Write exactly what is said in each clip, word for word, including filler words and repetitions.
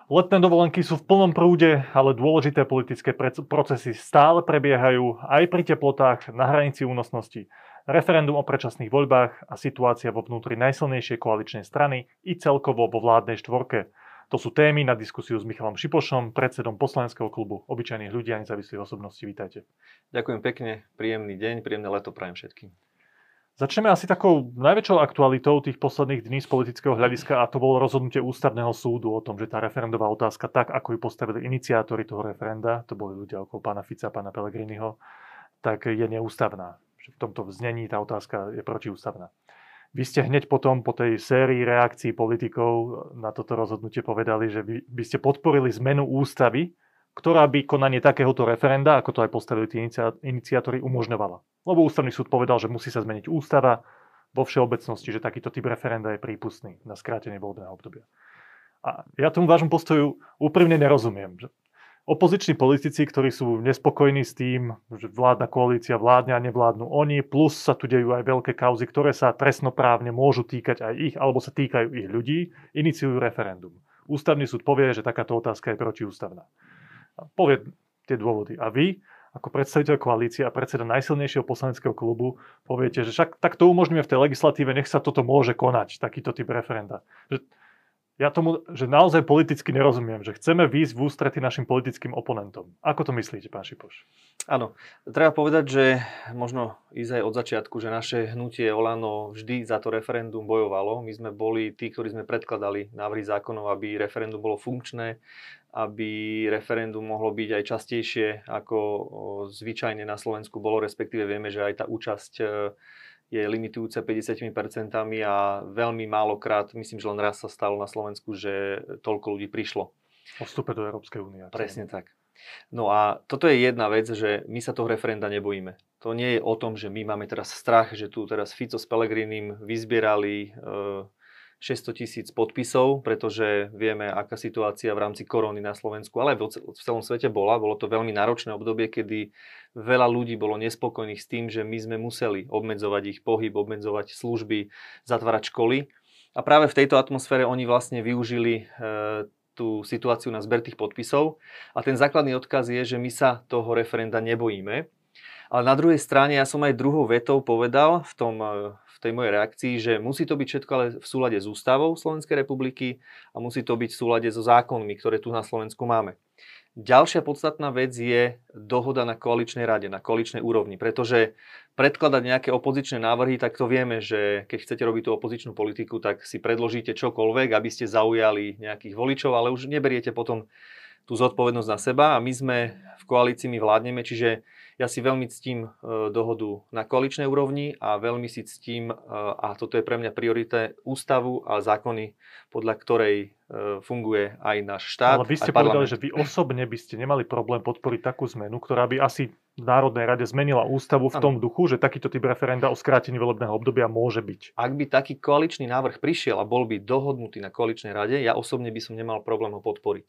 Letné dovolenky sú v plnom prúde, ale dôležité politické procesy stále prebiehajú aj pri teplotách na hranici únosnosti. Referendum o predčasných voľbách a situácia vo vnútri najsilnejšej koaličnej strany i celkovo vo vládnej štvorke. To sú témy na diskusiu s Michalom Šipošom, predsedom poslaneckého klubu Obyčajných ľudí a nezávislých osobností. Vítajte. Ďakujem pekne, príjemný deň, príjemné leto prajem všetkým. Začneme asi takou najväčšou aktualitou tých posledných dní z politického hľadiska a to bolo rozhodnutie ústavného súdu o tom, že tá referendová otázka, tak ako ju postavili iniciátori toho referenda, to boli ľudia okolo pána Fica, pána Pellegriniho, tak je neústavná. V tomto znení tá otázka je protiústavná. Vy ste hneď potom, po tej sérii reakcií politikov na toto rozhodnutie povedali, že vy by ste podporili zmenu ústavy, ktorá by konanie takéhoto referenda, ako to aj postavili tí iniciátori, umožňovala. Lebo ústavný súd povedal, že musí sa zmeniť ústava vo všeobecnosti, že takýto typ referenda je prípustný na skrátenie volebného obdobia. A ja tomu vášmu postoju úprimne nerozumiem. Že opoziční politici, ktorí sú nespokojní s tým, že vládna koalícia vládne a nevládnu oni, plus sa tu dejú aj veľké kauzy, ktoré sa trestnoprávne môžu týkať aj ich, alebo sa týkajú ich ľudí, iniciujú referendum. Ústavný súd povie, že takáto otázka je protiústavná. Povie tie dôvody. A vy, ako predstaviteľ koalície a predseda najsilnejšieho poslaneckého klubu, poviete, že však tak to umožňuje v tej legislatíve, nech sa toto môže konať, takýto typ referenda. Že ja tomu, že naozaj politicky nerozumiem, že chceme výjsť v ústrety našim politickým oponentom. Ako to myslíte, pán Šipoš? Áno, treba povedať, že možno ísť aj od začiatku, že naše hnutie Olano vždy za to referendum bojovalo. My sme boli tí, ktorí sme predkladali návrhy zákonov, aby referendum bolo funkčné, aby referendum mohlo byť aj častejšie, ako zvyčajne na Slovensku bolo, respektíve vieme, že aj tá účasť je limitujúca päťdesiat percent a veľmi málokrát, myslím, že len raz sa stalo na Slovensku, že toľko ľudí prišlo. O vstupe do Európskej únie. Presne tak. No a toto je jedna vec, že my sa toho referenda nebojíme. To nie je o tom, že my máme teraz strach, že tu teraz Fico s Pellegrinim vyzbierali šesťsto tisíc podpisov, pretože vieme, aká situácia v rámci korony na Slovensku, ale aj v celom svete bola. Bolo to veľmi náročné obdobie, kedy veľa ľudí bolo nespokojných s tým, že my sme museli obmedzovať ich pohyb, obmedzovať služby, zatvárať školy. A práve v tejto atmosfére oni vlastne využili e, tú situáciu na zber tých podpisov. A ten základný odkaz je, že my sa toho referenda nebojíme. Ale na druhej strane ja som aj druhou vetou povedal v, tom, v tej mojej reakcii, že musí to byť všetko ale v súlade s ústavou Slovenskej republiky a musí to byť v súlade so zákonmi, ktoré tu na Slovensku máme. Ďalšia podstatná vec je dohoda na koaličnej rade, na koaličnej úrovni, pretože predkladať nejaké opozičné návrhy, tak to vieme, že keď chcete robiť tú opozičnú politiku, tak si predložíte čokoľvek, aby ste zaujali nejakých voličov, ale už neberiete potom tú zodpovednosť na seba a my sme v koalícii, my vládneme, čiže ja si veľmi ctím dohodu na koaličnej úrovni a veľmi si ctím, a toto je pre mňa priorita, ústavu a zákony, podľa ktorej funguje aj náš štát. Ale vy ste povedali, že vy osobne by ste nemali problém podporiť takú zmenu, ktorá by asi v Národnej rade zmenila ústavu v tom duchu, že takýto typ referenda o skrátení volebného obdobia môže byť. Ak by taký koaličný návrh prišiel a bol by dohodnutý na koaličnej rade, ja osobne by som nemal problém ho podporiť.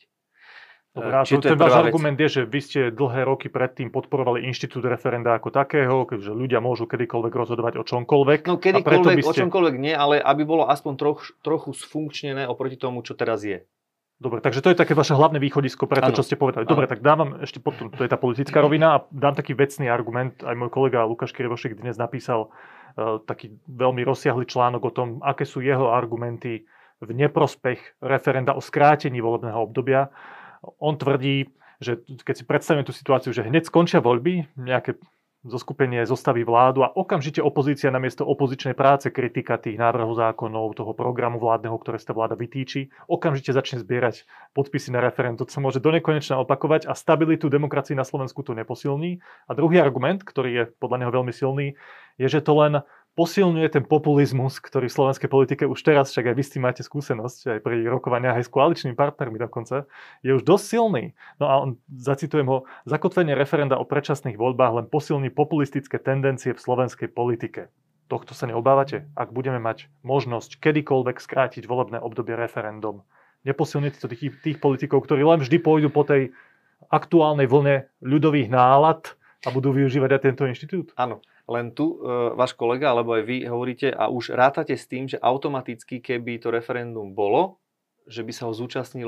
Dobre, to ten váš argument je, že vy ste dlhé roky predtým podporovali inštitút referenda ako takého, keďže ľudia môžu kedykoľvek rozhodovať o čomkoľvek. No kedykoľvek, ste... o čomkoľvek nie, ale aby bolo aspoň troch, trochu sfunkčnené oproti tomu, čo teraz je. Dobre, takže to je také vaše hlavné východisko pre to, ano. Čo ste povedali. Dobre, ano. Tak dávam ešte potom, to je tá politická rovina a dám taký vecný argument. Aj môj kolega Lukáš Krivošek dnes napísal uh, taký veľmi rozsiahly článok o tom, aké sú jeho argumenty v neprospech referenda o skrátení volebného obdobia. On tvrdí, že keď si predstavíme tú situáciu, že hneď skončia voľby, nejaké zoskupenie zostaví vládu a okamžite opozícia namiesto opozičnej práce, kritika tých návrhov zákonov, toho programu vládneho, ktoré sa vláda vytýči, okamžite začne zbierať podpisy na referendum. To sa môže donekonečna opakovať a stabilitu demokracie na Slovensku to neposilní. A druhý argument, ktorý je podľa neho veľmi silný, je, že to len posilňuje ten populizmus, ktorý v slovenskej politike už teraz, však aj vy s tým máte skúsenosť, aj pri rokovaniach aj s koaličnými partnermi dokonca, je už dosť silný. No a on, zacitujem ho, zakotvenie referenda o predčasných voľbách len posilní populistické tendencie v slovenskej politike. Tohto sa neobávate? Ak budeme mať možnosť kedykoľvek skrátiť volebné obdobie referendum, neposilní to tých, tých politikov, ktorí len vždy pôjdu po tej aktuálnej vlne ľudových nálad a budú využívať aj tento inštitút? Áno. Len tu e, váš kolega, alebo aj vy hovoríte a už rátate s tým, že automaticky, keby to referendum bolo, že by sa ho zúčastnilo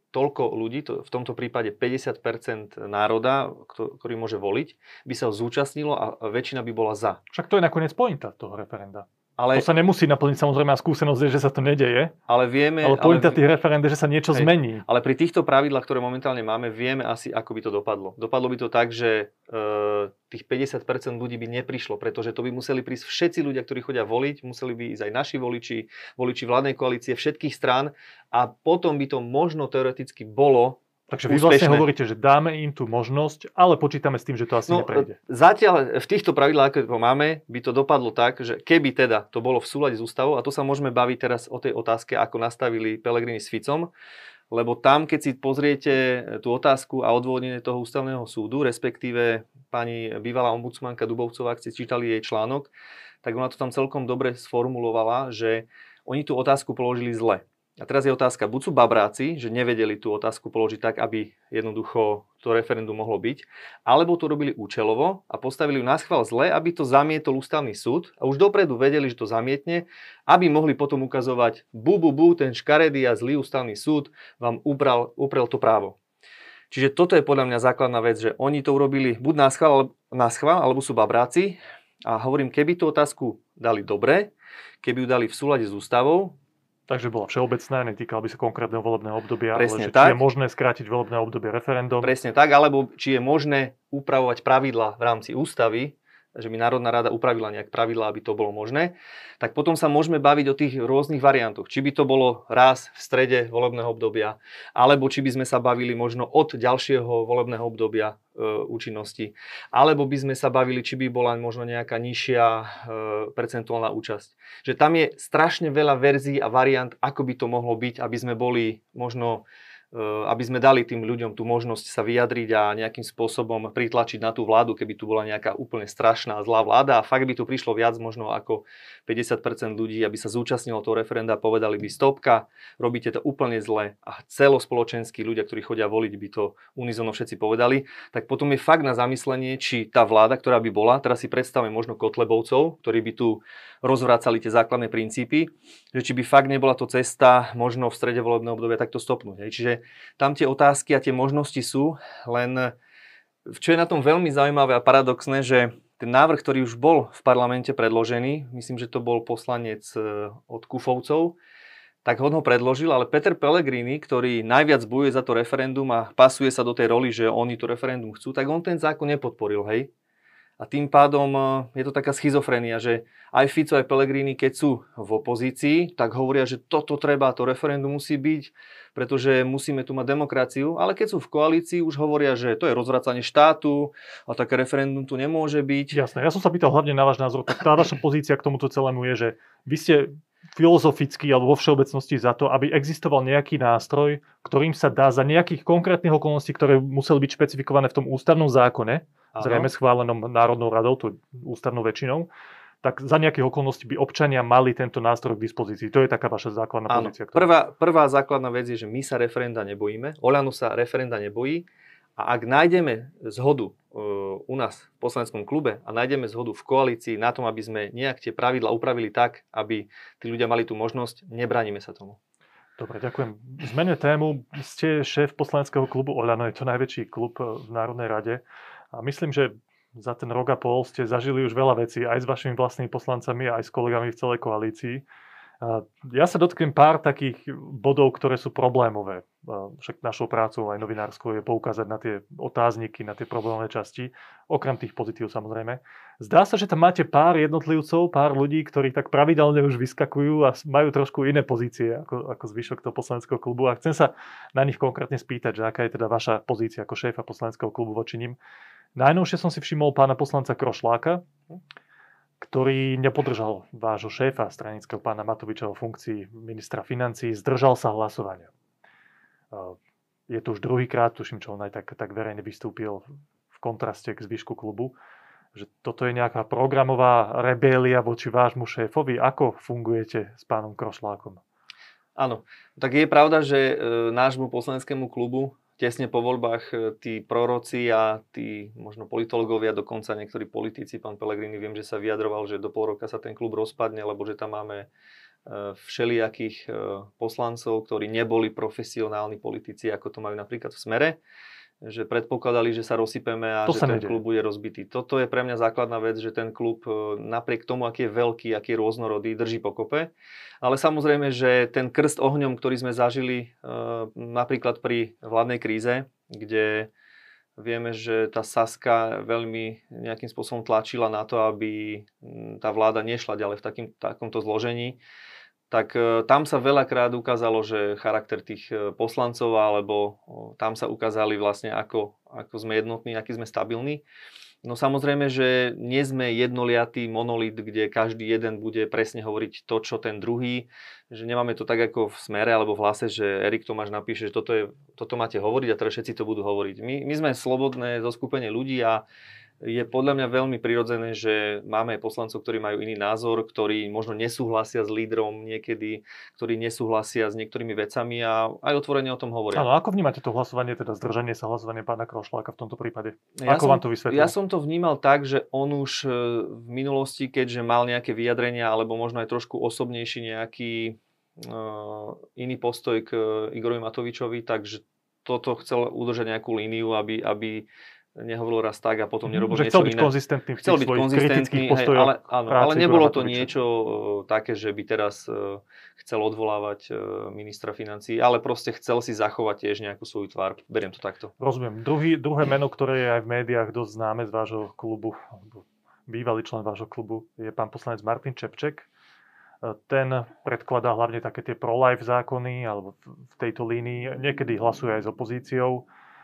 toľko ľudí, to v tomto prípade päťdesiat percent národa, ktorý môže voliť, by sa zúčastnilo a väčšina by bola za. Však to je nakoniec pointa toho referenda. Ale, to sa nemusí naplniť, samozrejme, a skúsenosť je, že sa to nedeje. Ale vieme... Ale pointa ale, tých referend je, že sa niečo hej, zmení. Ale pri týchto pravidlách, ktoré momentálne máme, vieme asi, ako by to dopadlo. Dopadlo by to tak, že e, tých päťdesiat percent ľudí by neprišlo, pretože to by museli prísť všetci ľudia, ktorí chodia voliť, museli by ísť aj naši voliči, voliči vládnej koalície, všetkých strán a potom by to možno teoreticky bolo. Takže vy vlastne úspešné. Hovoríte, že dáme im tú možnosť, ale počítame s tým, že to asi no, neprejde. Zatiaľ v týchto pravidlách, ako to máme, by to dopadlo tak, že keby teda to bolo v súlade s ústavou, a to sa môžeme baviť teraz o tej otázke, ako nastavili Pellegrini s Ficom, lebo tam, keď si pozriete tú otázku a odôvodnenie toho ústavného súdu, respektíve pani bývalá ombudsmanka Dubovcová, ak ste čítali jej článok, tak ona to tam celkom dobre sformulovala, že oni tú otázku položili zle. A teraz je otázka, buď sú babráci, že nevedeli tú otázku položiť tak, aby jednoducho to referendum mohlo byť, alebo to robili účelovo a postavili ju naschvál zle, aby to zamietol ústavný súd a už dopredu vedeli, že to zamietne, aby mohli potom ukazovať bu, bu, bu, ten škaredý a zlý ústavný súd vám upral, uprel to právo. Čiže toto je podľa mňa základná vec, že oni to urobili buď naschvál, naschvál alebo sú babráci a hovorím, keby tú otázku dali dobre, keby ju dali v súlade s ústavou, takže bola všeobecná, netýkala by sa konkrétneho volebného obdobia, presne ale že tak. Či je možné skrátiť volebné obdobie referendum. Presne tak, alebo či je možné upravovať pravidlá v rámci ústavy, že by Národná rada upravila nejak pravidlá, aby to bolo možné, tak potom sa môžeme baviť o tých rôznych variantoch. Či by to bolo raz v strede volebného obdobia, alebo či by sme sa bavili možno od ďalšieho volebného obdobia e, účinnosti, alebo by sme sa bavili, či by bola možno nejaká nižšia e, percentuálna účasť. Že tam je strašne veľa verzií a variant, ako by to mohlo byť, aby sme boli možno aby sme dali tým ľuďom tú možnosť sa vyjadriť a nejakým spôsobom pritlačiť na tú vládu, keby tu bola nejaká úplne strašná zlá vláda a fakt by tu prišlo viac možno ako päťdesiat percent ľudí, aby sa zúčastnilo toho referenda a povedali by stopka, robíte to úplne zle a celospoločenskí ľudia, ktorí chodia voliť, by to unizono všetci povedali, tak potom je fakt na zamyslenie, či tá vláda, ktorá by bola, teraz si predstavme možno Kotlebovcov, ktorí by tu rozvracali tie základné princípy, že či by fakt nebola to cesta možno v strede volebného obdobia takto stopnúť. Hej. Čiže tam tie otázky a tie možnosti sú, len čo je na tom veľmi zaujímavé a paradoxné, že ten návrh, ktorý už bol v parlamente predložený, myslím, že to bol poslanec od Kufovcov, tak on ho predložil, ale Peter Pellegrini, ktorý najviac bojuje za to referendum a pasuje sa do tej roli, že oni to referendum chcú, tak on ten zákon nepodporil, hej. A tým pádom je to taká schizofrenia, že aj Fico, aj Pellegrini, keď sú v opozícii, tak hovoria, že toto treba, to referendum musí byť, pretože musíme tu mať demokraciu. Ale keď sú v koalícii, už hovoria, že to je rozvracanie štátu a také referendum tu nemôže byť. Jasné, ja som sa pýtal hlavne na váš názor. Tak tá vaša pozícia k tomuto celému je, že vy ste filozoficky alebo vo všeobecnosti za to, aby existoval nejaký nástroj, ktorým sa dá za nejakých konkrétnych okolností, ktoré museli byť špecifikované v tom ústavnom zákone, ano. Zrejme schválenom Národnou radou, to ústavnou väčšinou, tak za nejakých okolností by občania mali tento nástroj k dispozícii. To je taká vaša základná ano. pozícia. Ktorá... Prvá, prvá základná vec je, že my sa referenda nebojíme, Oľano sa referenda nebojí a ak nájdeme zhodu uh, u nás v poslaneckom klube a nájdeme zhodu v koalícii na tom, aby sme nejak tie pravidla upravili tak, aby tí ľudia mali tú možnosť, nebraníme sa tomu. Dobre, ďakujem. Zmeňme tému. Ste šéf poslaneckého klubu Oľano, je to najväčší klub v Národnej rade. A myslím, že za ten rok a pol ste zažili už veľa vecí, aj s vašimi vlastnými poslancami, aj s kolegami v celej koalícii. Ja sa dotknem pár takých bodov, ktoré sú problémové. Však našou prácou aj novinárskou je poukázať na tie otázniky, na tie problémové časti, okrem tých pozitív samozrejme. Zdá sa, že tam máte pár jednotlivcov, pár ľudí, ktorí tak pravidelne už vyskakujú a majú trošku iné pozície ako, ako zvyšok toho poslaneckého klubu. A chcem sa na nich konkrétne spýtať, že aká je teda vaša pozícia ako šéfa poslaneckého klubu voči nim. Najnovšie som si všimol pána poslanca Krošláka, ktorý nepodržal vášho šéfa stranického pána Matoviča vo funkcii ministra financií, zdržal sa hlasovania. Je to už druhýkrát, tuším, čo on aj tak, tak verejne vystúpil v kontraste k zvyšku klubu, že toto je nejaká programová rebélia voči vášmu šéfovi. Ako fungujete s pánom Krošlákom? Áno, tak je pravda, že nášmu poslaneckému klubu tesne po voľbách tí proroci a tí možno politológovia, dokonca niektorí politici, pán Pellegrini, viem, že sa vyjadroval, že do pol roka sa ten klub rozpadne, lebo že tam máme všelijakých poslancov, ktorí neboli profesionálni politici, ako to majú napríklad v Smere, že predpokladali, že sa rozsypeme a to že ten klub bude rozbitý. Toto je pre mňa základná vec, že ten klub napriek tomu, aký je veľký, aký je rôznorodý, drží pokope. Ale samozrejme, že ten krst ohňom, ktorý sme zažili napríklad pri vládnej kríze, kde vieme, že tá Saska veľmi nejakým spôsobom tlačila na to, aby tá vláda nešla ďalej v takým, takomto zložení, tak tam sa veľakrát ukázalo, že charakter tých poslancov, alebo tam sa ukázali vlastne, ako, ako sme jednotní, aký sme stabilní. No samozrejme, že nie sme jednoliatý monolit, kde každý jeden bude presne hovoriť to, čo ten druhý. Že nemáme to tak ako v Smere alebo v Hlase, že Erik Tomáš napíše, že toto, je, toto máte hovoriť a teraz všetci to budú hovoriť. My, my sme slobodné zoskupenie ľudí a je podľa mňa veľmi prirodzené, že máme aj poslancov, ktorí majú iný názor, ktorí možno nesúhlasia s lídrom niekedy, ktorí nesúhlasia s niektorými vecami a aj otvorene o tom hovoria. Áno, ako vnímate to hlasovanie, teda zdržanie sa hlasovania pána Krošláka v tomto prípade? Ja ako som, vám to vysvetlil? Ja som to vnímal tak, že on už v minulosti, keďže mal nejaké vyjadrenia, alebo možno aj trošku osobnejší nejaký uh, iný postoj k Igorovi Matovičovi, takže toto chcel udržať nejakú líniu, aby, aby nehovoril raz tak a potom nerobil že niečo chcel byť iné. Konzistentný v chcel byť svojich konzistentný, hej, ale, áno, ale nebolo to niečo uh, také, že by teraz uh, chcel odvolávať uh, ministra financií, ale proste chcel si zachovať tiež nejakú svoju tvár. Beriem to takto. Rozumiem. Druhý, druhé meno, ktoré je aj v médiách dosť známe z vášho klubu, bývalý člen vášho klubu, je pán poslanec Martin Čepček. Ten predkladá hlavne také tie pro-life zákony, alebo v tejto línii. Niekedy hlasuje aj s opozíciou.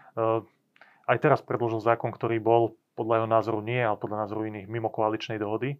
Aj teraz predložil zákon, ktorý bol podľa jeho názoru nie, ale podľa názoru iných mimo koaličnej dohody.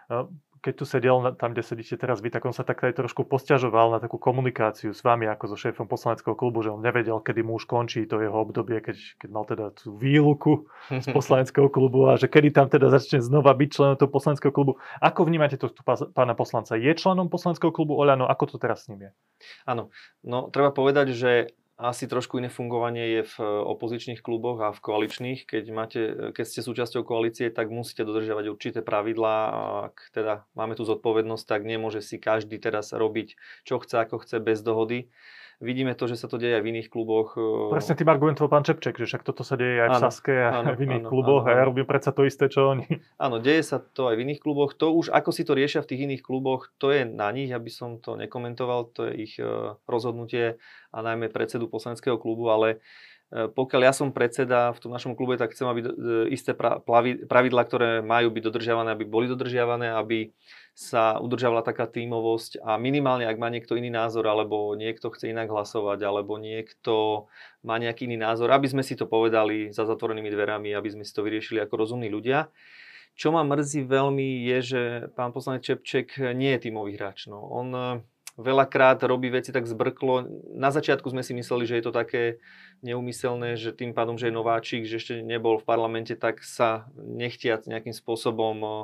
Keď tu sedel tam, kde sedíte teraz vy, tak on sa tak aj trošku posťažoval na takú komunikáciu s vami ako so šéfom poslaneckého klubu, že on nevedel, kedy mu už končí to jeho obdobie, keď, keď mal teda tú výluku z poslaneckého klubu a že kedy tam teda začne znova byť členom toho poslaneckého klubu. Ako vnímate to pána poslanca? Je členom poslaneckého klubu Oľano? Ako to teraz s ním je? Áno, no treba povedať, že asi trošku iné fungovanie je v opozičných kluboch a v koaličných. Keď, máte, keď ste súčasťou koalície, tak musíte dodržiavať určité pravidlá. Ak teda máme tu zodpovednosť, tak nemôže si každý teraz robiť, čo chce, ako chce, bez dohody. Vidíme to, že sa to deje aj v iných kluboch. Presne tým argumentoval pán Čepček, že však toto sa deje aj v áno, Saske a áno, v iných áno, kluboch áno, áno. A ja robím predsa to isté, čo oni. Áno, deje sa to aj v iných kluboch. To už, ako si to riešia v tých iných kluboch, to je na nich, aby som to nekomentoval, to je ich rozhodnutie a najmä predsedu poslaneckého klubu, ale pokiaľ ja som predseda v tom našom klube, tak chcem, aby isté pravidlá, ktoré majú byť dodržiavané, aby boli dodržiavané, aby sa udržiavala taká tímovosť a minimálne, ak má niekto iný názor, alebo niekto chce inak hlasovať, alebo niekto má nejaký iný názor, aby sme si to povedali za zatvorenými dverami, aby sme si to vyriešili ako rozumní ľudia. Čo ma mrzí veľmi je, že pán poslanec Čepček nie je tímový hráč. No, on veľakrát robí veci tak zbrklo. Na začiatku sme si mysleli, že je to také neumyselné, že tým pádom, že je nováčik, že ešte nebol v parlamente, tak sa nechtiac nejakým spôsobom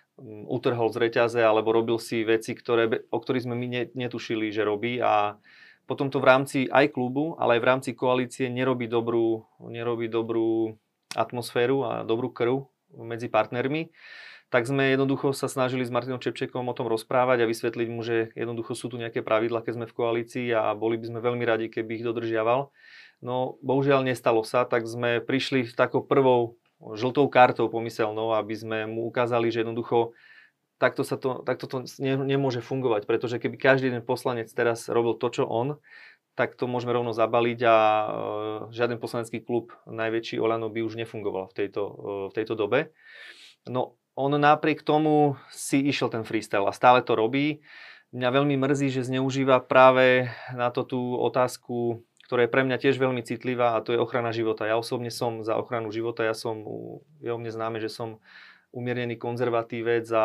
utrhol z reťaze alebo robil si veci, ktoré, o ktorých sme my netušili, že robí a potom to v rámci aj klubu, ale aj v rámci koalície nerobí dobrú, nerobí dobrú atmosféru a dobrú krv medzi partnermi. Tak sme jednoducho sa snažili s Martinom Čepčekom o tom rozprávať a vysvetliť mu, že jednoducho sú tu nejaké pravidlá, keď sme v koalícii a boli by sme veľmi radi, keby ich dodržiaval. No bohužiaľ nestalo sa, tak sme prišli s takou prvou žltou kartou pomyselnou, aby sme mu ukázali, že jednoducho takto, sa to, takto to ne, nemôže fungovať, pretože keby každý jeden poslanec teraz robil to, čo on, tak to môžeme rovno zabaliť a e, žiaden poslanecký klub najväčší Oľano by už nefungoval v tejto, e, v tejto dobe. No on napriek tomu si išiel ten freestyle a stále to robí. Mňa veľmi mrzí, že zneužíva práve na to tú otázku, ktorá je pre mňa tiež veľmi citlivá a to je ochrana života. Ja osobne som za ochranu života, ja som, je o mne známe, že som umiernený konzervatívec a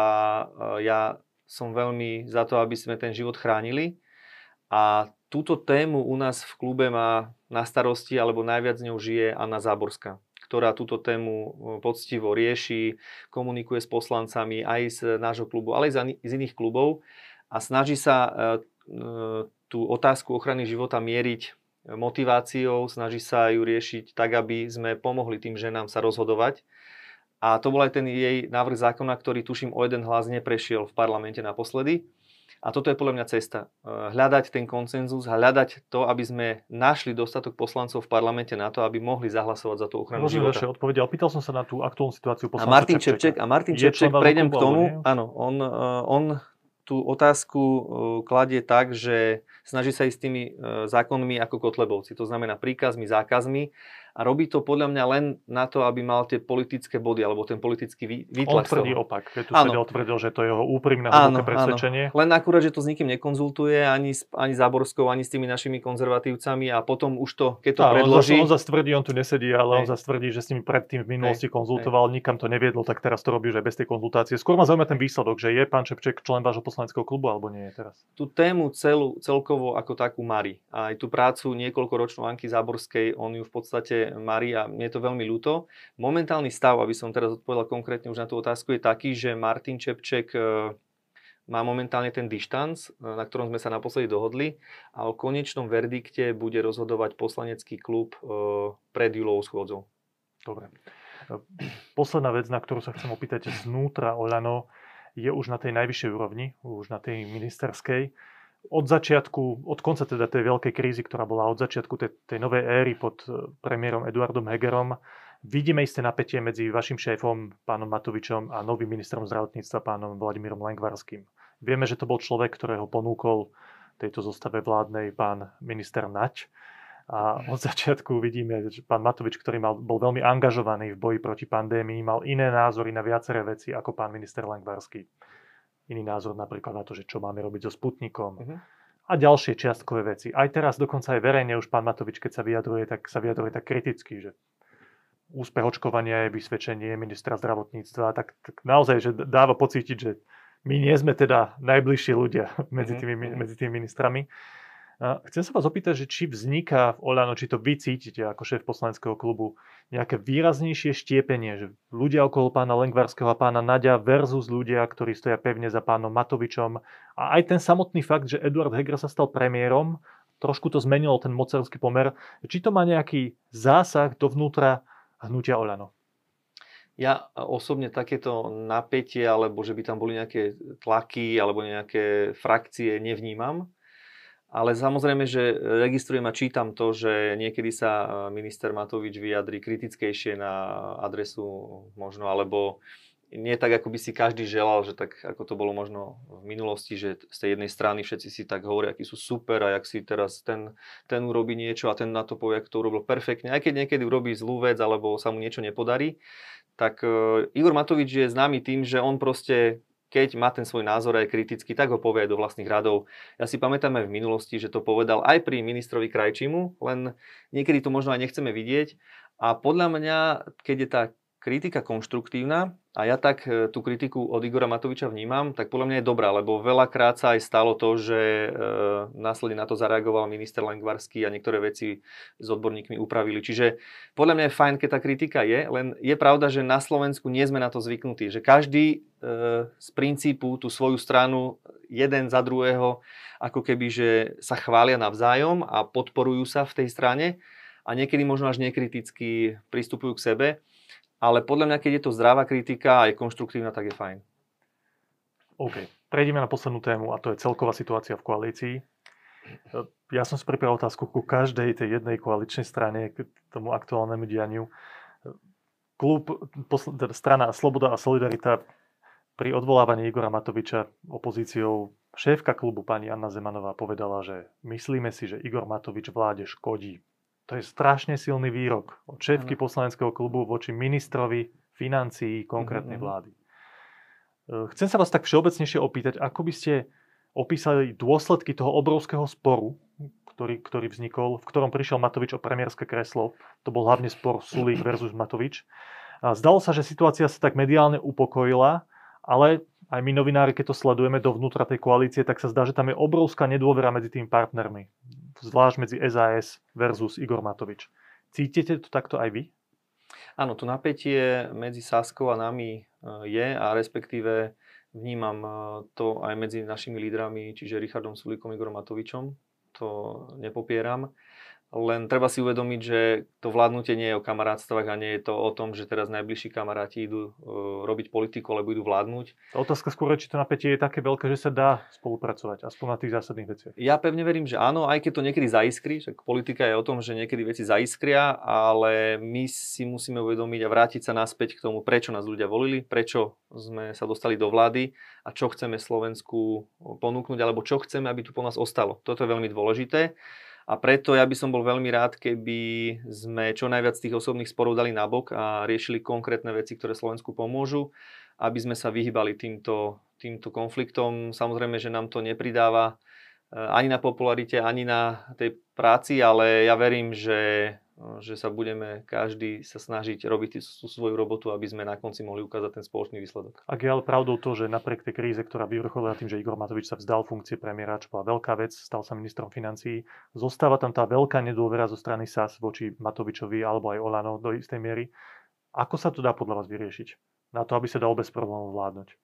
ja som veľmi za to, aby sme ten život chránili. A túto tému u nás v klube má na starosti, alebo najviac ňou žije Anna Záborská, ktorá túto tému poctivo rieši, komunikuje s poslancami aj z nášho klubu, ale aj z iných klubov a snaží sa tú otázku ochrany života mieriť motiváciou, snaží sa ju riešiť tak, aby sme pomohli tým ženám sa rozhodovať. A to bol aj ten jej návrh zákona, ktorý tuším o jeden hlas neprešiel v parlamente naposledy. A toto je podľa mňa cesta. Hľadať ten konsenzus, hľadať to, aby sme našli dostatok poslancov v parlamente na to, aby mohli zahlasovať za tú ochranu Rozumiem života. vaše odpovede, ale pýtal som sa na tú aktuálnu situáciu A poslanca Martin Čepčeka. Čepček, a Martin Je Čepček, člen vášho prejdem klubu, k tomu, alebo nie? áno, on, on tú otázku kladie tak, že snaží sa ísť s tými zákonmi ako Kotlebovci, to znamená príkazmi, zákazmi, a robí to podľa mňa len na to, aby mal tie politické body, alebo ten politický výtlak. On tvrdí opak, keď tu Áno. sedel, tvrdil, že to je jeho úprimné Áno, hlboké presvedčenie. áno. Len akurát, že to s nikým nekonzultuje, ani s, ani s Záborskou, ani s tými našimi konzervatívcami, a potom už to, keď to Á, predloží... On zase tvrdí, on tu nesedí, ale Hej. on zase tvrdí, že s nimi predtým v minulosti Hej. konzultoval, nikam to neviedlo, tak teraz to robí už aj bez tej konzultácie. Skôr ma zaujíma ten výsledok, že je pán Čepček člen vášho poslaneckého klubu, alebo nie je teraz? Tú tému celú, celkovo ako takú marí. A aj tú prácu niekoľkoročnú Anky Záborskej, on ju v podstate marí, a mne je to veľmi ľúto. Momentálny stav, aby som teraz odpovedal konkrétne už na tú otázku, je taký, že Martin Čepček má momentálne ten dištanc, na ktorom sme sa naposledy dohodli, a o konečnom verdikte bude rozhodovať poslanecký klub pred júlovou schôdzou. Dobre. Posledná vec, na ktorú sa chcem opýtať znútra Oľano, je už na tej najvyššej úrovni, už na tej ministerskej. Od začiatku, od konca teda tej veľkej krízy, ktorá bola od začiatku tej, tej novej éry pod premiérom Eduardom Hegerom, vidíme isté napätie medzi vašim šéfom, pánom Matovičom, a novým ministrom zdravotníctva, pánom Vladimírom Lengvarským. Vieme, že to bol človek, ktorého ponúkol tejto zostave vládnej pán minister Naď. A od začiatku vidíme, že pán Matovič, ktorý mal, bol veľmi angažovaný v boji proti pandémii, mal iné názory na viaceré veci ako pán minister Lengvarský. Iný názor napríklad na to, že čo máme robiť so Sputnikom. Uh-huh. A ďalšie čiastkové veci. Aj teraz dokonca aj verejne už pán Matovič, keď sa vyjadruje, tak sa vyjadruje tak kriticky, že úspech očkovania je vysvedčenie ministra zdravotníctva. Tak, tak naozaj, že dáva pocítiť, že my nie sme teda najbližší ľudia medzi tými, uh-huh. medzi tými ministrami. A chcem sa vás opýtať, že či vzniká v Oľano, či to vy cítite ako šéf poslaneckého klubu, nejaké výraznejšie štiepenie, že ľudia okolo pána Lengvarského a pána Naďa versus ľudia, ktorí stoja pevne za pánom Matovičom, a aj ten samotný fakt, že Eduard Heger sa stal premiérom, trošku to zmenilo ten mocenský pomer, či to má nejaký zásah dovnútra hnutia Oľano? Ja osobne takéto napätie, alebo že by tam boli nejaké tlaky alebo nejaké frakcie, nevnímam. Ale samozrejme, že registrujem a čítam to, že niekedy sa minister Matovič vyjadri kritickejšie na adresu možno, alebo nie tak, ako by si každý želal, že tak ako to bolo možno v minulosti, že z tej jednej strany všetci si tak hovoria, akí sú super, a jak si teraz ten, ten urobí niečo a ten na to povie, ako to urobil perfektne. Aj keď niekedy urobí zlú vec alebo sa mu niečo nepodarí, tak uh, Igor Matovič je známy tým, že on proste, keď má ten svoj názor aj kritický, tak ho povie aj do vlastných radov. Ja si pamätám aj v minulosti, že to povedal aj pri ministrovi Krajčimu, len niekedy to možno aj nechceme vidieť. A podľa mňa, keď je tá kritika konštruktívna, a ja tak tú kritiku od Igora Matoviča vnímam, tak podľa mňa je dobrá, lebo veľakrát sa aj stalo to, že e, následne na to zareagoval minister Lengvarský a niektoré veci s odborníkmi upravili. Čiže podľa mňa je fajn, keď tá kritika je, len je pravda, že na Slovensku nie sme na to zvyknutí, že každý e, z princípu tú svoju stranu jeden za druhého ako keby, že sa chvália navzájom a podporujú sa v tej strane a niekedy možno až nekriticky pristupujú k sebe. Ale podľa mňa, keď je to zdravá kritika a je konštruktívna, tak je fajn. OK. Prejdeme na poslednú tému, a to je celková situácia v koalícii. Ja som si pripravil otázku ku každej tej jednej koaličnej strane, k tomu aktuálnemu dianiu. Klub, teda strana Sloboda a Solidarita pri odvolávaní Igora Matoviča opozíciou, šéfka klubu pani Anna Zemanová povedala, že myslíme si, že Igor Matovič vláde škodí. To je strašne silný výrok od šéfky poslaneckého klubu voči ministrovi financií konkrétnej vlády. Chcem sa vás tak všeobecnejšie opýtať, ako by ste opísali dôsledky toho obrovského sporu, ktorý, ktorý vznikol, v ktorom prišiel Matovič o premiérske kreslo. To bol hlavne spor Sulík versus Matovič. A zdalo sa, že situácia sa tak mediálne upokojila, ale aj my novinári, keď to sledujeme dovnútra tej koalície, tak sa zdá, že tam je obrovská nedôvera medzi tými partnermi. Zvlášť medzi es a es versus Igor Matovič. Cítite to takto aj vy? Áno, to napätie medzi Saskou a nami je, a respektíve vnímam to aj medzi našimi lídrami, čiže Richardom Sulíkom a Igorom Matovičom. To nepopieram. len treba si uvedomiť, že to vládnutie nie je o kamarátstvách a nie je to o tom, že teraz najbližší kamaráti idú uh, robiť politiku, alebo idú vládnuť. Otázka skôr, či to napätie je také veľké, že sa dá spolupracovať, aspoň na tých zásadných veciach. Ja pevne verím, že áno, aj keď to niekedy zaiskrí, však politika je o tom, že niekedy veci zaiskria, ale my si musíme uvedomiť a vrátiť sa naspäť k tomu, prečo nás ľudia volili, prečo sme sa dostali do vlády a čo chceme Slovensku ponúknuť, alebo čo chceme, aby tu po nás ostalo. Toto je veľmi dôležité. A preto ja by som bol veľmi rád, keby sme čo najviac tých osobných sporov dali nabok a riešili konkrétne veci, ktoré Slovensku pomôžu, aby sme sa vyhýbali týmto, týmto konfliktom. Samozrejme, že nám to nepridáva ani na popularite, ani na tej práci, ale ja verím, že, že sa budeme každý sa snažiť robiť tú svoju robotu, aby sme na konci mohli ukázať ten spoločný výsledok. Ak je ale pravdou to, že napriek tej kríze, ktorá vyvrcholila tým, že Igor Matovič sa vzdal funkcie premiéra, čo bola veľká vec, stal sa ministrom financií, zostáva tam tá veľká nedôvera zo strany es a es voči Matovičovi alebo aj Olano do istej miery. Ako sa to dá podľa vás vyriešiť? Na to, aby sa dalo bez problémov vládnuť?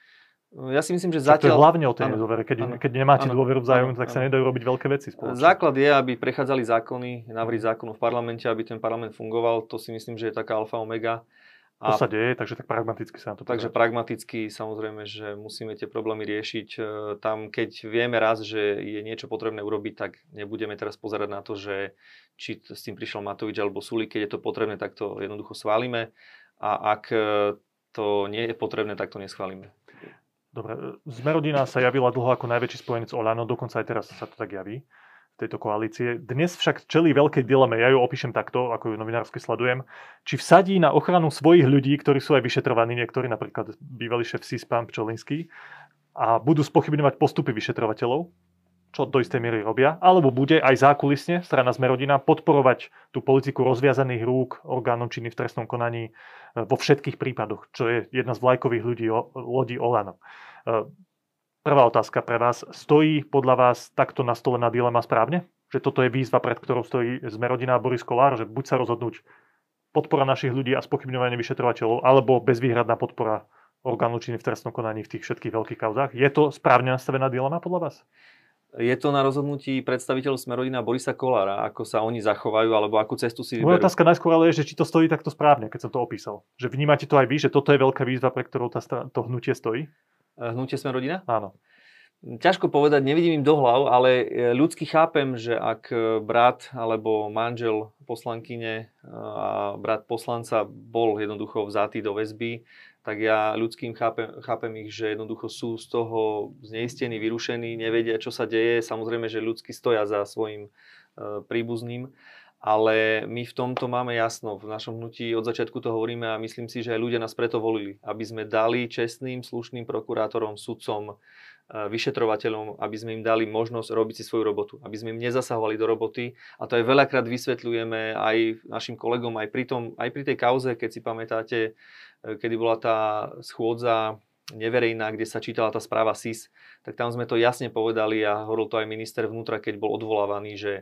Ja si myslím, že zatiaľ... To je hlavne o tej áno, nedôvere. Keď, áno, keď nemáte áno, dôveru vzájomnú, tak áno. sa nedajú robiť veľké veci spoločne. Základ je, aby prechádzali zákony, návrhy zákonov v parlamente, aby ten parlament fungoval. To si myslím, že je taká alfa omega. A to sa deje, takže tak pragmaticky sa na to Takže pozrieť. pragmaticky samozrejme, že musíme tie problémy riešiť. Tam, keď vieme raz, že je niečo potrebné urobiť, tak nebudeme teraz pozerať na to, že či s tým prišiel Matovič alebo Sulík. Keď je to potrebné, tak to jednoducho schválime. A ak to nie je potrebné, tak to neschválime. Dobre, Smer-rodina sa javila dlho ako najväčší spojenec Olano, dokonca aj teraz sa to tak javí v tejto koalície. Dnes však čelí veľkej dileme, ja ju opíšem takto, ako ju novinársky sledujem, či vsadí na ochranu svojich ľudí, ktorí sú aj vyšetrovaní, niektorí, napríklad bývalý šéf es í es pán Pčolinský, a budú spochybňovať postupy vyšetrovateľov, čo do istej miery robia, alebo bude aj zákulisne strana Smer-rodina podporovať tú politiku rozviazaných rúk orgánov činných v trestnom konaní vo všetkých prípadoch, čo je jedna z vlajkových ľudí, lodí Olano. Prvá otázka pre vás. Stojí podľa vás takto nastolená dilema správne? Že toto je výzva, pred ktorou stojí Smer-rodina a Boris Kollár, že buď sa rozhodnúť podpora našich ľudí a spochybňovanie vyšetrovateľov, alebo bezvýhradná podpora orgánov činných v trestnom konaní v tých všetkých veľkých kauzách. Je to správne nastavená dilema podľa vás? Je to na rozhodnutí predstaviteľov Smer-rodina Borisa Kollára, ako sa oni zachovajú, alebo akú cestu si vyberú. Moja otázka najskôr ale je, že či to stojí takto správne, keď som to opísal. Že vnímate to aj vy, že toto je veľká výzva, pre ktorou tá, to hnutie stojí? Hnutie Smer-rodina? Áno. Ťažko povedať, nevidím im do hlav, ale ľudsky chápem, že ak brat alebo manžel poslankyne a brat poslanca bol jednoducho vzatý do väzby, tak ja ľudským chápem, chápem ich, že jednoducho sú z toho zneistení, vyrušení, nevedia, čo sa deje. Samozrejme, že ľudsky stoja za svojim príbuzným, ale my v tomto máme jasno. V našom hnutí od začiatku to hovoríme a myslím si, že aj ľudia nás preto volili, aby sme dali čestným, slušným prokurátorom, sudcom, vyšetrovateľom, aby sme im dali možnosť robiť si svoju robotu, aby sme im nezasahovali do roboty. A to aj veľakrát vysvetľujeme aj našim kolegom, aj pri, tom, aj pri tej kauze, keď si pamätáte, kedy bola tá schôdza neverejná, kde sa čítala tá správa es í es, tak tam sme to jasne povedali a hovoril to aj minister vnútra, keď bol odvolávaný, že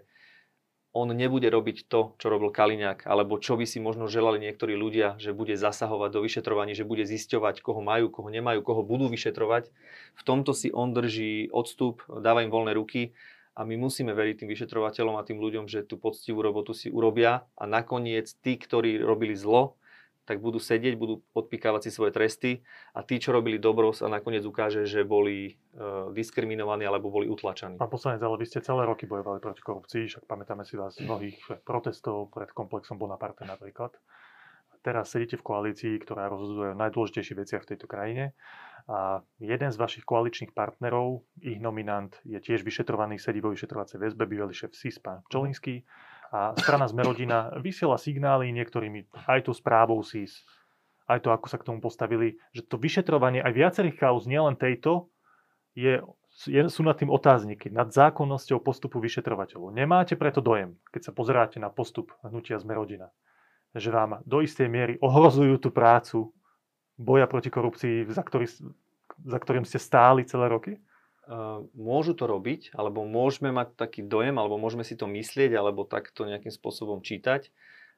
on nebude robiť to, čo robil Kaliňák, alebo čo by si možno želali niektorí ľudia, že bude zasahovať do vyšetrovaní, že bude zisťovať, koho majú, koho nemajú, koho budú vyšetrovať. V tomto si on drží odstup, dáva im voľné ruky a my musíme veriť tým vyšetrovateľom a tým ľuďom, že tú poctivú robotu si urobia a nakoniec tí, ktorí robili zlo, tak budú sedieť, budú odpikávať si svoje tresty a tí, čo robili dobro, sa nakoniec ukáže, že boli e, diskriminovaní alebo boli utlačaní. Pán poslanec, ale vy ste celé roky bojovali proti korupcii, však pamätáme si vás z mnohých protestov pred komplexom Bonaparte napríklad. Teraz sedíte v koalícii, ktorá rozhoduje o najdôležitejších veciach v tejto krajine a jeden z vašich koaličných partnerov, ich nominant, je tiež vyšetrovaný, sedí vo vyšetrovacej väzbe, bývalý šéf es í es, pán Pčolinský. A strana Smer-rodina vysiela signály niektorými, aj tú správou es í es, aj to, ako sa k tomu postavili, že to vyšetrovanie aj viacerých kauz, nielen tejto, je, je, sú nad tým otázniky, nad zákonnosťou postupu vyšetrovateľov. Nemáte preto dojem, keď sa pozeráte na postup hnutia Smer-rodina, že vám do istej miery ohrozujú tú prácu boja proti korupcii, za, ktorý, za ktorým ste stáli celé roky? Môžu to robiť, alebo môžeme mať taký dojem, alebo môžeme si to myslieť, alebo takto nejakým spôsobom čítať,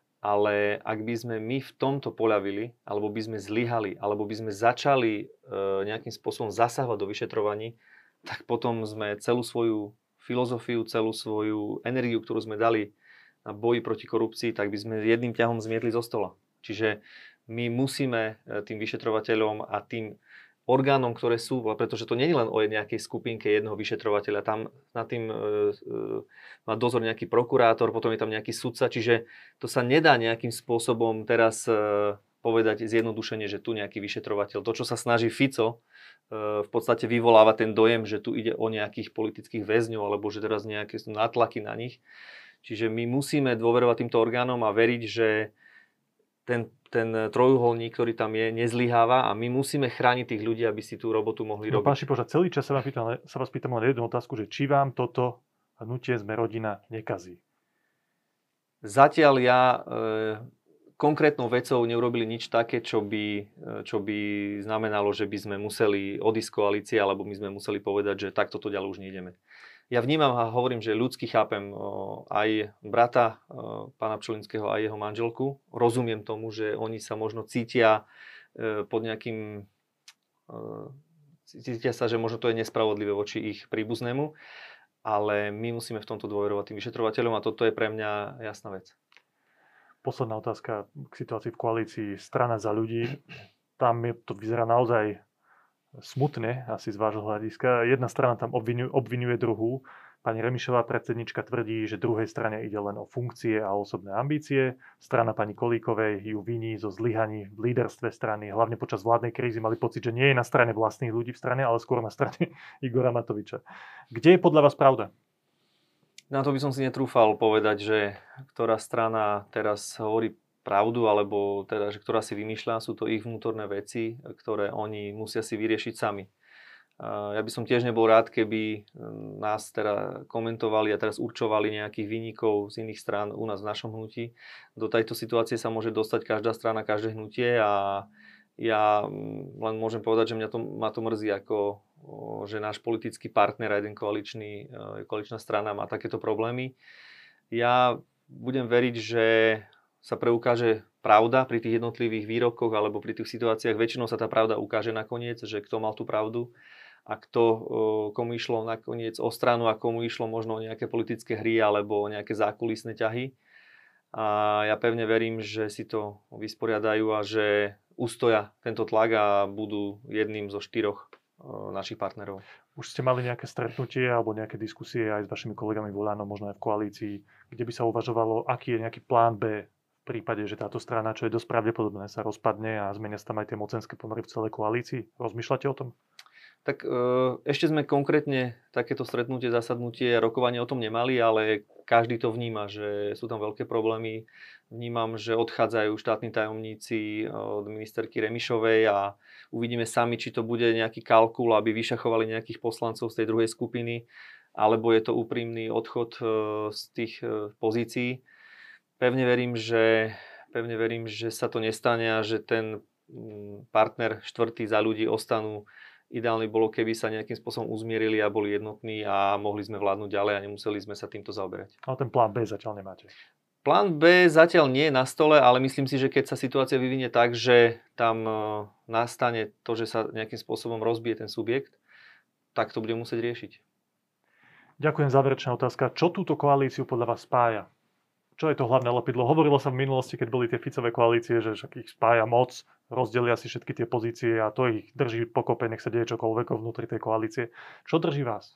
ale ak by sme my v tomto poľavili, alebo by sme zlyhali, alebo by sme začali nejakým spôsobom zasahovať do vyšetrovaní, tak potom sme celú svoju filozofiu, celú svoju energiu, ktorú sme dali na boji proti korupcii, tak by sme jedným ťahom zmietli zo stola. Čiže my musíme tým vyšetrovateľom a tým orgánom, ktoré sú, pretože to nie je len o nejakej skupinke jedného vyšetrovateľa, tam na tým e, e, má dozor nejaký prokurátor, potom je tam nejaký sudca, čiže to sa nedá nejakým spôsobom teraz e, povedať zjednodušene, že tu nejaký vyšetrovateľ. To, čo sa snaží Fico, e, v podstate vyvoláva ten dojem, že tu ide o nejakých politických väzňov, alebo že teraz nejaké sú nátlaky na nich. Čiže my musíme dôverovať týmto orgánom a veriť, že ten, ten trojuholník, ktorý tam je, nezlyháva a my musíme chrániť tých ľudí, aby si tú robotu mohli no, robiť. Pán Šipoš, celý čas sa vás, pýtam, sa vás pýtam len jednu otázku, že či vám toto hnutie Sme rodina nekazí? Zatiaľ ja e, konkrétnou vecou neurobili nič také, čo by, čo by znamenalo, že by sme museli odísť z koalície, alebo my sme museli povedať, že takto to ďalej už nejdeme. Ja vnímam a hovorím, že ľudsky chápem aj brata pána Pčolinského, aj jeho manželku. Rozumiem tomu, že oni sa možno cítia pod nejakým... Cítia sa, že možno to je nespravodlivé voči ich príbuznému, ale my musíme v tomto dôverovať tým vyšetrovateľom a toto je pre mňa jasná vec. Posledná otázka k situácii v koalícii Strana za ľudí. Tam je, to vyzerá naozaj smutne, asi z vášho hľadiska. Jedna strana tam obvinuje, obvinuje druhú. Pani Remišová, predsednička, tvrdí, že druhej strane ide len o funkcie a osobné ambície. Strana pani Kolíkovej ju viní zo zlyhaní v líderstve strany. Hlavne počas vládnej krízy mali pocit, že nie je na strane vlastných ľudí v strane, ale skôr na strane Igora Matoviča. Kde je podľa vás pravda? Na to by som si netrúfal povedať, že ktorá strana teraz hovorí pravdu, alebo teda, že ktorá si vymýšľa, sú to ich vnútorné veci, ktoré oni musia si vyriešiť sami. Ja by som tiež nebol rád, keby nás teda komentovali a teraz určovali nejakých výnikov z iných strán u nás v našom hnutí. Do tejto situácie sa môže dostať každá strana, každé hnutie a ja len môžem povedať, že mňa to, ma to mrzí, ako, že náš politický partner a jeden koaličný, koaličná strana má takéto problémy. Ja budem veriť, že sa preukáže pravda pri tých jednotlivých výrokoch alebo pri tých situáciách. Väčšinou sa tá pravda ukáže nakoniec, že kto mal tú pravdu a kto, komu išlo nakoniec o stranu a komu išlo možno o nejaké politické hry alebo o nejaké zákulisné ťahy. A ja pevne verím, že si to vysporiadajú a že ustoja tento tlak a budú jedným zo štyroch našich partnerov. Už ste mali nejaké stretnutie alebo nejaké diskusie aj s vašimi kolegami v Oľano, možno aj v koalícii, kde by sa uvažovalo, aký je nejaký plán B v prípade, že táto strana, čo je dosť pravdepodobné, sa rozpadne a zmenia sa tam aj tie mocenské pomery v celej koalícii? Rozmýšľate o tom? Tak ešte sme konkrétne takéto stretnutie, zasadnutie, rokovanie o tom nemali, ale každý to vníma, že sú tam veľké problémy. Vnímam, že odchádzajú štátni tajomníci od ministerky Remišovej a uvidíme sami, či to bude nejaký kalkul, aby vyšachovali nejakých poslancov z tej druhej skupiny, alebo je to úprimný odchod z tých pozícií. Pevne verím, že, pevne verím, že sa to nestane a že ten partner štvrtý za ľudí ostanú. Ideálne bolo, keby sa nejakým spôsobom uzmierili a boli jednotní a mohli sme vládnuť ďalej a nemuseli sme sa týmto zaoberať. Ale ten plán B zatiaľ nemáte. Plán B zatiaľ nie je na stole, ale myslím si, že keď sa situácia vyvinie tak, že tam nastane to, že sa nejakým spôsobom rozbije ten subjekt, tak to bude musieť riešiť. Ďakujem, záverečná otázka. Čo túto koalíciu podľa vás spája? Čo je to hlavné lepidlo? Hovorilo sa v minulosti, keď boli tie Ficové koalície, že však ich spája moc, rozdelia si všetky tie pozície a to ich drží pokope, nech sa deje čokoľvek vnútri tej koalície. Čo drží vás?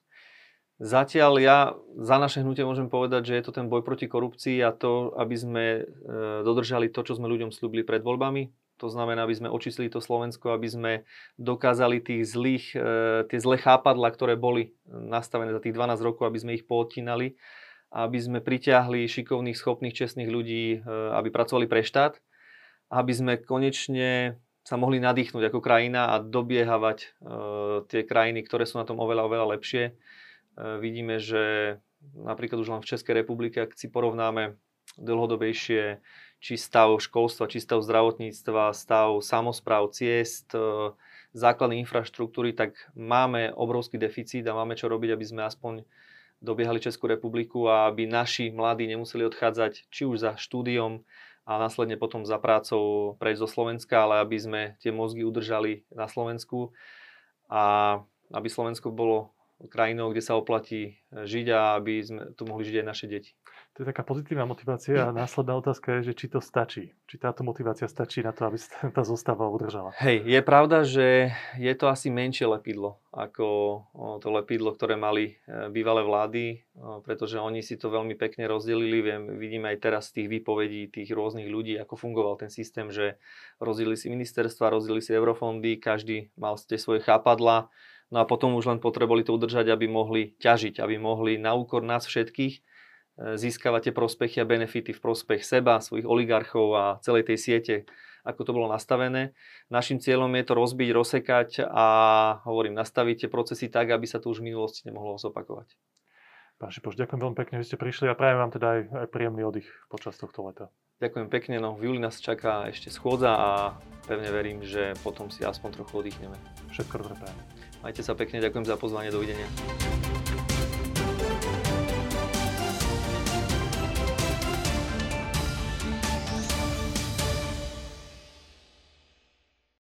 Zatiaľ ja za naše hnutie môžem povedať, že je to ten boj proti korupcii a to, aby sme dodržali to, čo sme ľuďom slúbili pred voľbami. To znamená, aby sme očistili to Slovensko, aby sme dokázali tých zlých, tie zlé chápadlá, ktoré boli nastavené za tých dvanásť rokov, aby sme ich poodtínali, aby sme pritiahli šikovných, schopných, čestných ľudí, aby pracovali pre štát, aby sme konečne sa mohli nadýchnúť ako krajina a dobiehavať tie krajiny, ktoré sú na tom oveľa, oveľa lepšie. Vidíme, že napríklad už len v Českej republike, ak si porovnáme dlhodobejšie, či stav školstva, či stav zdravotníctva, stav samospráv, ciest, základnej infraštruktúry, tak máme obrovský deficit a máme čo robiť, aby sme aspoň dobiehali Českú republiku a aby naši mladí nemuseli odchádzať či už za štúdiom a následne potom za prácou prejsť do Slovenska, ale aby sme tie mozgy udržali na Slovensku a aby Slovensko bolo krajinou, kde sa oplatí žiť a aby sme tu mohli žiť aj naše deti. To je taká pozitívna motivácia a následná otázka je, že či to stačí. Či táto motivácia stačí na to, aby sa tá zostava udržala. Hej, je pravda, že je to asi menšie lepidlo ako to lepidlo, ktoré mali bývalé vlády, pretože oni si to veľmi pekne rozdelili. Viem, vidíme aj teraz z tých výpovedí tých rôznych ľudí, ako fungoval ten systém, že rozdelili si ministerstva, rozdelili si eurofondy, každý mal tie svoje chápadlá, no a potom už len potrebovali to udržať, aby mohli ťažiť, aby mohli na úkor nás všetkých získavať tie prospechy a benefity v prospech seba, svojich oligarchov a celej tej siete, ako to bolo nastavené. Našim cieľom je to rozbiť, rozsekať a hovorím, nastaviť tie procesy tak, aby sa to už v minulosti nemohlo zopakovať. Pán Šipoš, ďakujem veľmi pekne, že ste prišli a prajem vám teda aj, aj príjemný oddych počas tohto leta. Ďakujem pekne, no v júli nás čaká ešte schôdza a pevne verím, že potom si aspoň trochu oddychneme. Všetko dobré prajem. Majte sa pekne, ďakujem za pozvanie, dovidenia.